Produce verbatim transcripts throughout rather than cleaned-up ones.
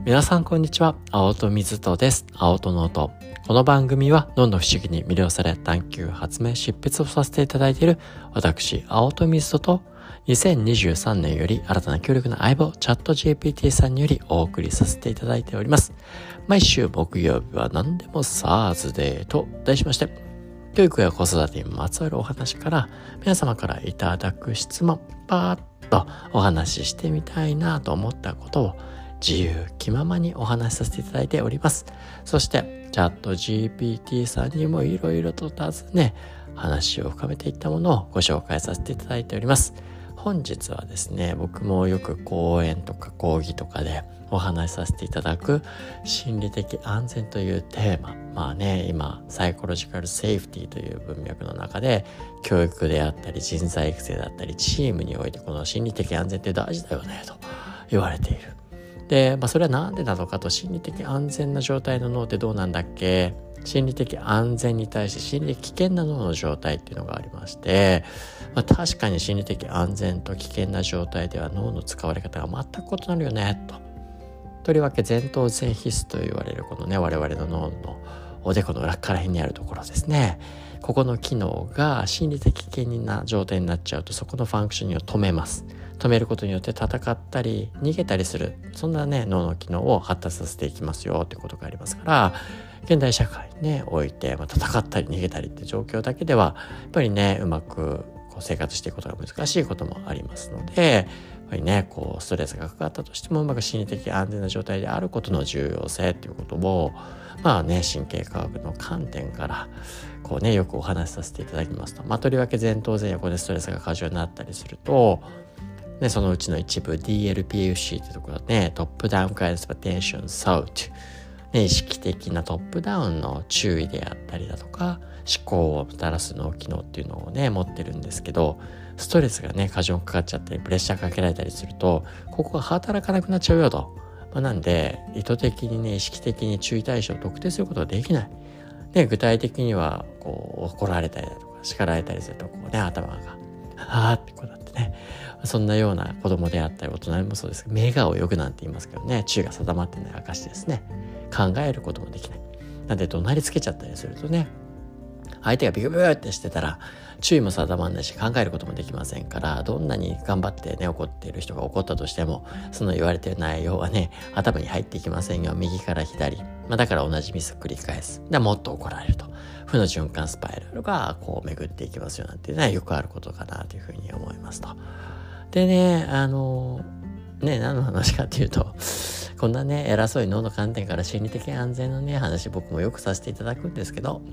皆さんこんにちは。青戸水戸です。青戸の音。この番組は脳の不思議に魅了され探求発明執筆をさせていただいている私青戸水戸とにせんにじゅうさんねんより新たな強力な相棒チャット ジーピーティー さんによりお送りさせていただいております。毎週木曜日は何でもサーズデーと題しまして、教育や子育てにまつわるお話から皆様からいただく質問パーッとお話ししてみたいなと思ったことを自由気ままにお話しさせていただいております。そしてチャット ジーピーティー さんにもいろいろと尋ね話を深めていったものをご紹介させていただいております。本日はですね、僕もよく講演とか講義とかでお話しさせていただく心理的安全というテーマ、まあね、今サイコロジカルセーフティーという文脈の中で教育であったり人材育成だったりチームにおいてこの心理的安全って大事だよねと言われている。で、まあ、それはなんでなのかと、心理的安全な状態の脳ってどうなんだっけ、心理的安全に対して心理的危険な脳の状態っていうのがありまして、まあ、確かに心理的安全と危険な状態では脳の使われ方が全く異なるよねと。とりわけ前頭前皮質と言われるこのね、我々の脳のおでこの裏から辺にあるところですね。ここの機能が心理的危険な状態になっちゃうと、そこのファンクションを止めます。止めることによって戦ったり逃げたりする、そんなね脳の機能を発達させていきますよということがありますから、現代社会にねおいて、まあ、戦ったり逃げたりって状況だけではやっぱりねうまくこう生活していくことが難しいこともありますので、やっぱりねこうストレスがかかったとしてもうまく心理的安全な状態であることの重要性ということをまあね神経科学の観点からこうねよくお話しさせていただきますと、まあ、とりわけ前頭前野でストレスが過剰になったりするとね、そのうちの一部 ディーエルピーエフシー というところでね、トップダウンガイダンスアテンションサウト、ね、意識的なトップダウンの注意であったりだとか思考をもたらす脳機能っていうのをね持ってるんですけど、ストレスがね過剰にかかっちゃったりプレッシャーかけられたりするとここが働かなくなっちゃうよと、まあ、なんで意図的にね意識的に注意対象を特定することができない。で具体的にはこう怒られたりだとか叱られたりするとこうね頭がはーってこうなってね、そんなような子供であったり大人もそうですけど、目が泳ぐなんて言いますけどね、注意が定まってない証ですね。考えることもできない。なんで怒鳴りつけちゃったりするとね、相手がビクビクってしてたら注意も定まんないし考えることもできませんから、どんなに頑張ってね怒っている人が怒ったとしてもその言われている内容はね頭に入っていきませんよ。右から左、まあ、だから同じミスを繰り返す。でもっと怒られると負の循環スパイラルがこう巡っていきますよなんていうのはよくあることかなというふうに思いますと。でねあのね何の話かっていうと、こんなね偉そうい脳の観点から心理的安全のね話僕もよくさせていただくんですけど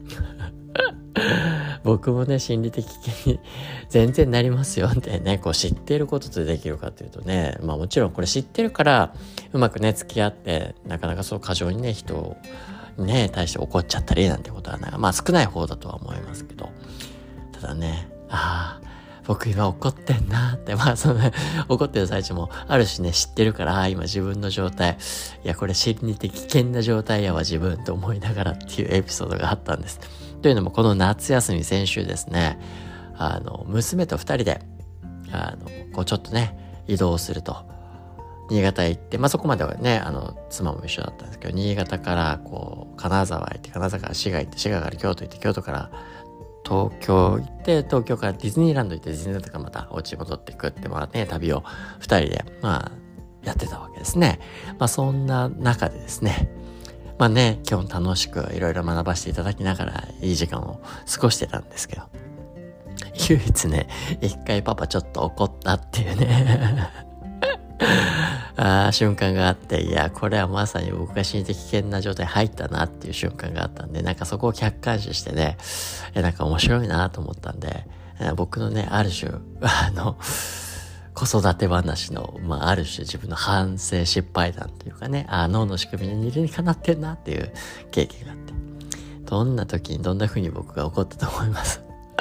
僕もね心理的危険に全然なりますよってねこう知っていることでできるかというとね、まあもちろんこれ知ってるからうまくね付き合ってなかなかそう過剰にね人をね対して怒っちゃったりなんてことはなまあ少ない方だとは思いますけど、ただねああ僕今怒ってんなってまあその、ね、怒ってる最中もある種ね知ってるから、今自分の状態いやこれ心理的危険な状態やわ自分と思いながらっていうエピソードがあったんです。というのもこの夏休み先週ですね、あの娘と二人であのこうちょっとね移動すると新潟へ行って、まあそこまではねあの妻も一緒だったんですけど、新潟からこう金沢へ行って金沢から滋賀行って滋賀から京都行って京都から東京行って東京からディズニーランド行ってディズニーランドからまたお家戻ってくってまあね旅を二人でまあやってたわけですね。まあそんな中でですね、まあね今日楽しくいろいろ学ばせていただきながらいい時間を過ごしてたんですけど、唯一ね一回パパちょっと怒ったっていうねあ瞬間があって、いやこれはまさに僕が心理的危険な状態に入ったなっていう瞬間があったんで、なんかそこを客観視してねなんか面白いなと思ったんで、僕のねある種あの子育て話の、まあ、ある種自分の反省失敗談というかね、あ脳の仕組みに理にかなってんなっていう経験があって、どんな時にどんな風に僕が怒ったと思います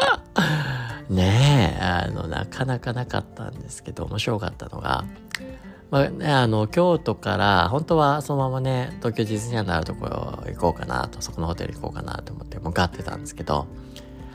ねえあのなかなかなかったんですけど、面白かったのがまあね、あの京都から本当はそのままね東京ディズニーランドのあるところ行こうかなと、そこのホテル行こうかなと思って向かってたんですけど、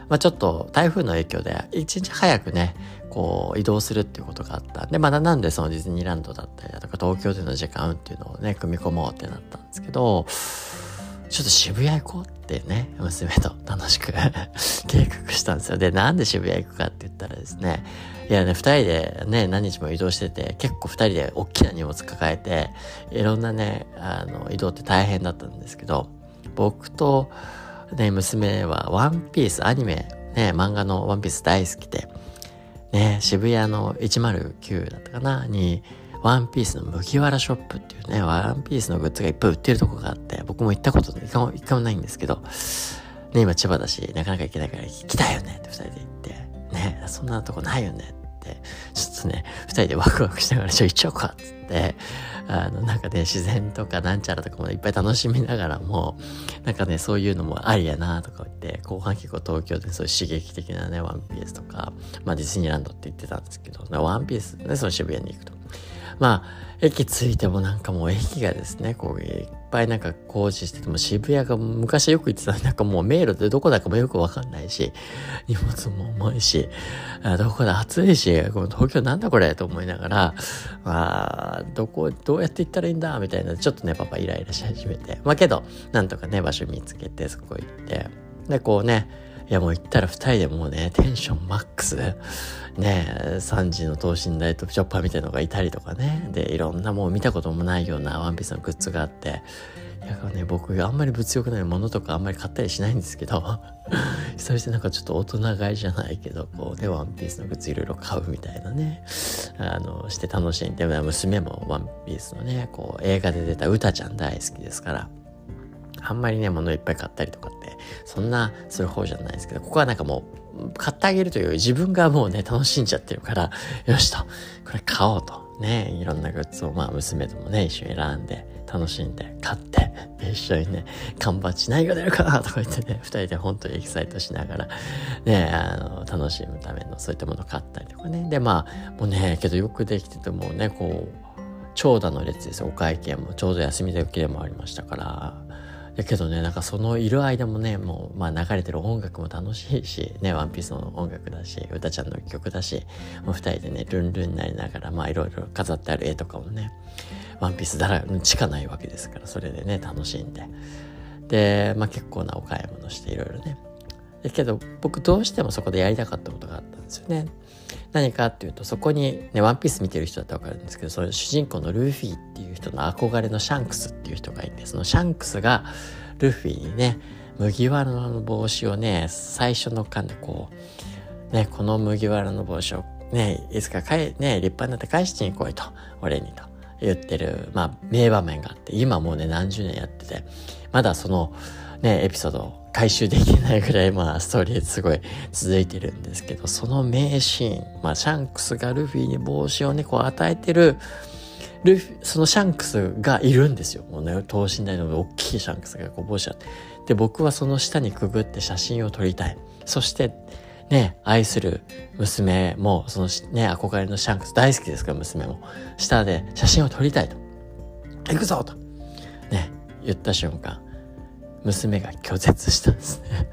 まあちょっと台風の影響で一日早くね、こう移動するっていうことがあったんで、まだなんでそのディズニーランドだったりだとか東京での時間っていうのをね、組み込もうってなったんですけど、ちょっと渋谷行こうってね、娘と楽しく計画したんですよ。で、なんで渋谷行くかって言ったらですね、いやね、二人でね、何日も移動してて、結構二人で大きな荷物抱えて、いろんなね、あの、移動って大変だったんですけど、僕とね、娘はワンピース、アニメ、ね、漫画のワンピース大好きで、ね、渋谷のいちまるきゅうだったかな、に、ワンピースの麦わらショップっていうね、ワンピースのグッズがいっぱい売ってるとこがあって、僕も行ったこと一回も、一回もないんですけど、ね、今千葉だし、なかなか行けないから行きたいよねって二人で行って、ね、そんなとこないよねって、ちょっとね、二人でワクワクしながら、ちょ、行っちゃおうかっつって、あの、なんかね、自然とかなんちゃらとかもいっぱい楽しみながらも、なんかね、そういうのもありやなとか言って、後半結構東京でそういう刺激的なね、ワンピースとか、まあディズニーランドって言ってたんですけど、ワンピースね、その渋谷に行くと。まあ、駅着いてもなんかもう駅がですね、こういっぱいなんか工事してても渋谷が昔よく行ってたなんかもう迷路でどこだかもよくわかんないし、荷物も重いし、あどこだ暑いし、この東京なんだこれと思いながら、まあ、どこ、どうやって行ったらいいんだみたいな、ちょっとね、パパイライラし始めて。まあけど、なんとかね、場所見つけてそこ行って、で、こうね、いやもう行ったら二人でもうね、テンションマックス。ね、さんじの等身大とチョッパーみたいなのがいたりとかね。で、いろんなもう見たこともないようなワンピースのグッズがあって。いやね、僕あんまり物欲ないものとかあんまり買ったりしないんですけど、久々なんかちょっと大人買いじゃないけど、こうね、ワンピースのグッズいろいろ買うみたいなね。あの、して楽しんで、娘もワンピースのね、こう映画で出たウタちゃん大好きですから、あんまりね、物いっぱい買ったりとかって、そんなする方じゃないですけど、ここはなんかもう、買ってあげるというより自分がもうね、楽しんじゃってるから、よしと、これ買おうと。ね、いろんなグッズをまあ娘ともね、一緒に選んで、楽しんで、買って、一緒にね、缶バッジ何が出るかなとか言ってね、二人で本当にエキサイトしながら、ね、あの、楽しむためのそういったものを買ったりとかね。で、まあ、もうね、けどよくできててもね、こう、長蛇の列ですよ。お会計もちょうど休み時でもありましたから、だけどね、なんかそのいる間もね、もう、まあ流れてる音楽も楽しいし、ね、ワンピースの音楽だし、うたちゃんの曲だし、もう二人でね、ルンルンになりながら、まあいろいろ飾ってある絵とかもね、ワンピースだら、しかないわけですから、それでね、楽しんで。で、まあ結構なお買い物していろいろね。だけど、僕どうしてもそこでやりたかったことがあったんですよね。何かっていうと、そこにね、ワンピース見てる人だってわかるんですけど、その主人公のルフィっていう人の憧れのシャンクスっていう人がいて、そのシャンクスがルフィにね、麦わらの帽子をね、最初の巻でこう、ね、この麦わらの帽子をね、いつか返、ね、立派になって返しに来いと、俺にと言ってる、まあ、名場面があって、今もうね、何十年やってて、まだその、ね、エピソードを回収できないぐらい、まあ、ストーリーすごい続いてるんですけど、その名シーン、まあ、シャンクスがルフィに帽子をね、こう与えてる、ルフィ、そのシャンクスがいるんですよ。もうね、等身大の大きいシャンクスがこう帽子あって。で、僕はその下にくぐって写真を撮りたい。そして、ね、愛する娘も、そのね、憧れのシャンクス大好きですから、娘も。下で写真を撮りたいと。行くぞと。ね、言った瞬間、娘が拒絶したんですね。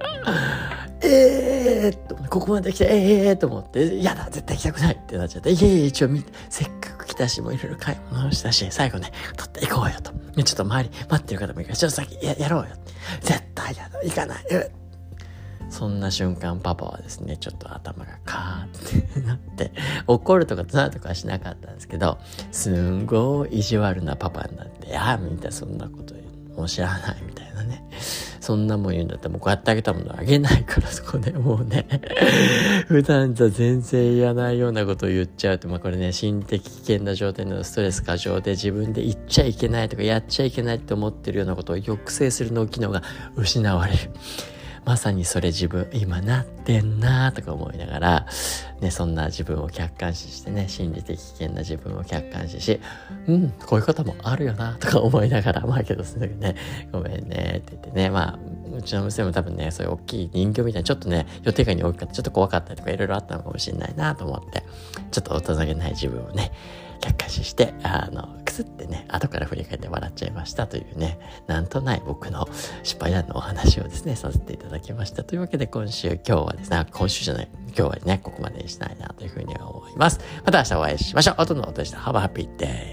えーっと、ここまで来て、ええーと思って、やだ、絶対行きたくないってなっちゃって、いやいや、一応見て、せっかく来たし、もういろいろ買い物をしたし、最後ね、取って行こうよと。ちょっと周り、待ってる方もいいから、ちょっと先や、やろうよ。絶対やだ、行かない。そんな瞬間、パパはですね、ちょっと頭がカーってなって、怒るとかなとかはしなかったんですけど、すんごい意地悪なパパになって、ああ、みんなそんなこともう知らないみたいなね。そんなもん言うんだったらもうこうやってあげたものあげないから、そこでもうね、普段じゃ全然言わないようなことを言っちゃうと、まあこれね、心的危険な状態のストレス過剰で自分で言っちゃいけないとかやっちゃいけないって思ってるようなことを抑制する脳機能が失われる。まさにそれ自分今なってんなとか思いながらね、そんな自分を客観視してね、心理的危険な自分を客観視し、うんこういうこともあるよなとか思いながら、まあけどすぐね、ごめんねって言ってね、まあうちの娘も多分ね、そういう大きい人形みたいな、ちょっとね、予定外に大きかった、ちょっと怖かったりとかいろいろあったのかもしれないなと思って、ちょっと大人げない自分をね、客観視して、あの、くすってね、後から振り返って笑っちゃいましたというね、なんとない僕の失敗談のお話をですね、させていただきました。というわけで今週、今日はですね、今週じゃない、今日はね、ここまでにしたいなというふうに思います。また明日お会いしましょう。音の音でした。Have a happy day.